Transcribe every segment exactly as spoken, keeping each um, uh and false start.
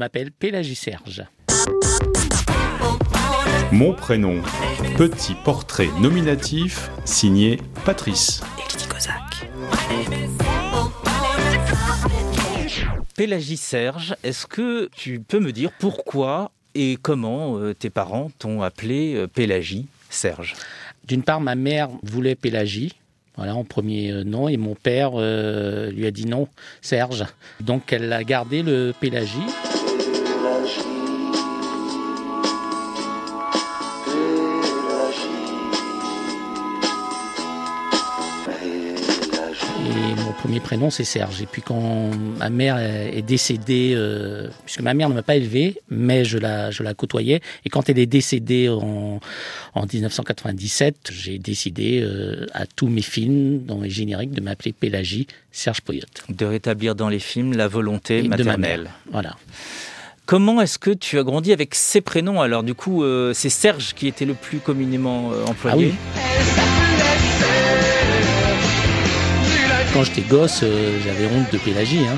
m'appelle Pélagie Serge. Mon prénom, petit portrait nominatif signé Patrice. Et Lydie Kozak. Pélagie Serge, est-ce que tu peux me dire pourquoi et comment euh, tes parents t'ont appelé euh, Pélagie Serge ? D'une part, ma mère voulait Pélagie, voilà, en premier euh, nom, et mon père euh, lui a dit non, Serge. Donc elle a gardé le Pélagie. Et mon premier prénom, c'est Serge. Et puis quand ma mère est décédée, euh, puisque ma mère ne m'a pas élevé, mais je la, je la côtoyais. Et quand elle est décédée en, en dix-neuf cent quatre-vingt-dix-sept, j'ai décidé euh, à tous mes films, dans les génériques, de m'appeler Pélagie Serge Poyotte. De rétablir dans les films la volonté Et maternelle. de ma mère. Voilà. Comment est-ce que tu as grandi avec ces prénoms ? Alors du coup, euh, c'est Serge qui était le plus communément euh, employé. Ah oui. Quand j'étais gosse, euh, j'avais honte de Pélagie. Hein.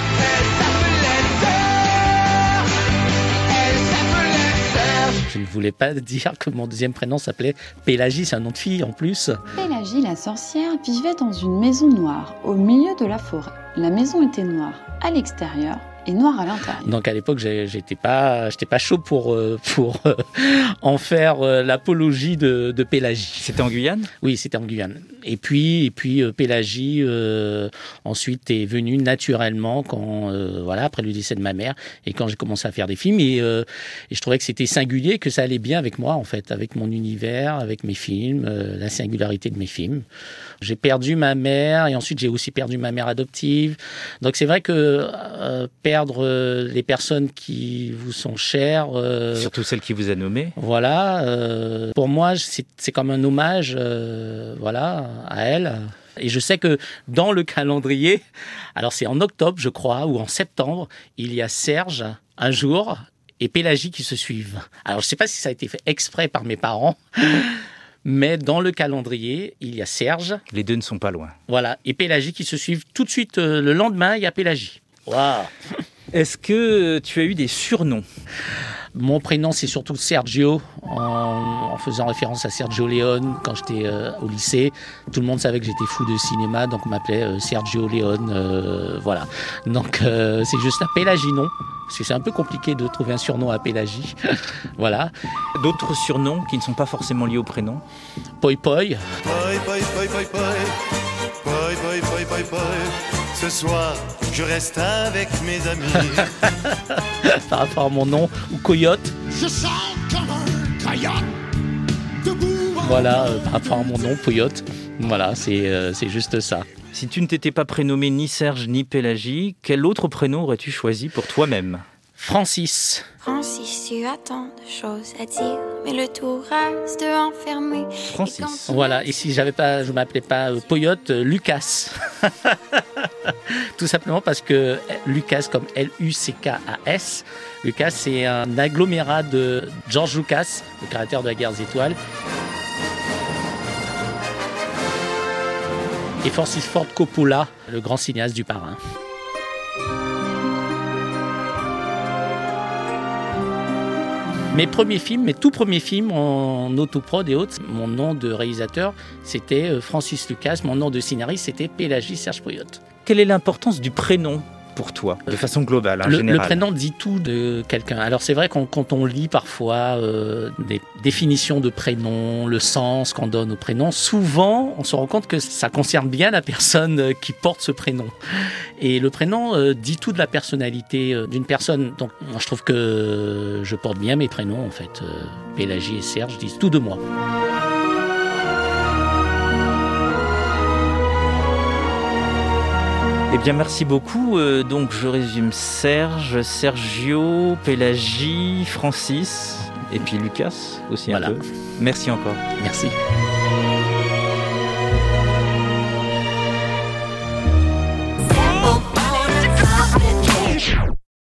Je ne voulais pas dire que mon deuxième prénom s'appelait Pélagie, c'est un nom de fille en plus. Pélagie, la sorcière, vivait dans une maison noire, au milieu de la forêt. La maison était noire à l'extérieur et noire à l'intérieur. Donc à l'époque, j'ai, j'étais pas, j'étais pas chaud pour euh, pour euh, en faire euh, l'apologie de, de Pélagie. C'était en Guyane ? Oui, c'était en Guyane. Et puis et puis euh, Pélagie euh, ensuite est venue naturellement quand euh, voilà après le décès de ma mère et quand j'ai commencé à faire des films et, euh, et je trouvais que c'était singulier, que ça allait bien avec moi en fait, avec mon univers, avec mes films, euh, la singularité de mes films. J'ai perdu ma mère et ensuite j'ai aussi perdu ma mère adoptive. Donc c'est vrai que euh, perdre euh, les personnes qui vous sont chères, euh, surtout celle qui vous a nommé. Voilà, euh, pour moi c'est, c'est comme un hommage, euh, voilà, à elle. Et je sais que dans le calendrier, alors c'est en octobre je crois ou en septembre, il y a Serge un jour et Pélagie qui se suivent. Alors je ne sais pas si ça a été fait exprès par mes parents. Mais dans le calendrier, il y a Serge. Les deux ne sont pas loin. Voilà, et Pélagie qui se suivent tout de suite. Euh, le lendemain, il y a Pélagie. Waouh. Est-ce que tu as eu des surnoms ? Mon prénom, c'est surtout Sergio, en, en faisant référence à Sergio Leone quand j'étais euh, au lycée. Tout le monde savait que j'étais fou de cinéma, donc on m'appelait euh, Sergio Leone. Euh, voilà. Donc euh, c'est juste la Pélagie, non ? Parce que c'est un peu compliqué de trouver un surnom à Pélagie. Voilà. D'autres surnoms qui ne sont pas forcément liés au prénom ? Poi Poi. Poi, poi, poi, poi, poi. Poi, poi, poi, poi, poi. Ce soir, je reste avec mes amis. Par rapport à mon nom, ou Coyote. Je sens comme un coyote debout. Voilà, euh, par rapport à mon nom, Poyote. Voilà, c'est, euh, c'est juste ça. Si tu ne t'étais pas prénommé ni Serge ni Pélagie, quel autre prénom aurais-tu choisi pour toi-même ? Francis. Francis, tu as tant de choses à dire, mais le tout reste enfermé. Francis. Et Voilà, et si j'avais pas, je m'appelais pas euh, Poyote, euh, Lucas. Tout simplement parce que Lucas, comme L U C K A S, Lucas, c'est un agglomérat de George Lucas, le créateur de la Guerre des Étoiles. Et Francis Ford Coppola, le grand cinéaste du Parrain. Mes premiers films, mes tout premiers films en autoprod et autres, mon nom de réalisateur, c'était Francis Lucas. Mon nom de scénariste, c'était Pélagie Serge Poyotte. Quelle est l'importance du prénom pour toi, de façon globale, en le, général ? Le prénom dit tout de quelqu'un. Alors c'est vrai qu'on, quand on lit parfois euh, des définitions de prénoms, le sens qu'on donne au prénom, souvent on se rend compte que ça concerne bien la personne qui porte ce prénom. Et le prénom euh, dit tout de la personnalité euh, d'une personne. Donc moi je trouve que je porte bien mes prénoms en fait. Euh, Pélagie et Serge disent tout de moi. Eh bien, merci beaucoup. Euh, donc, je résume Serge, Sergio, Pélagie, Francis et puis Lucas aussi un voilà. peu. Merci encore. Merci.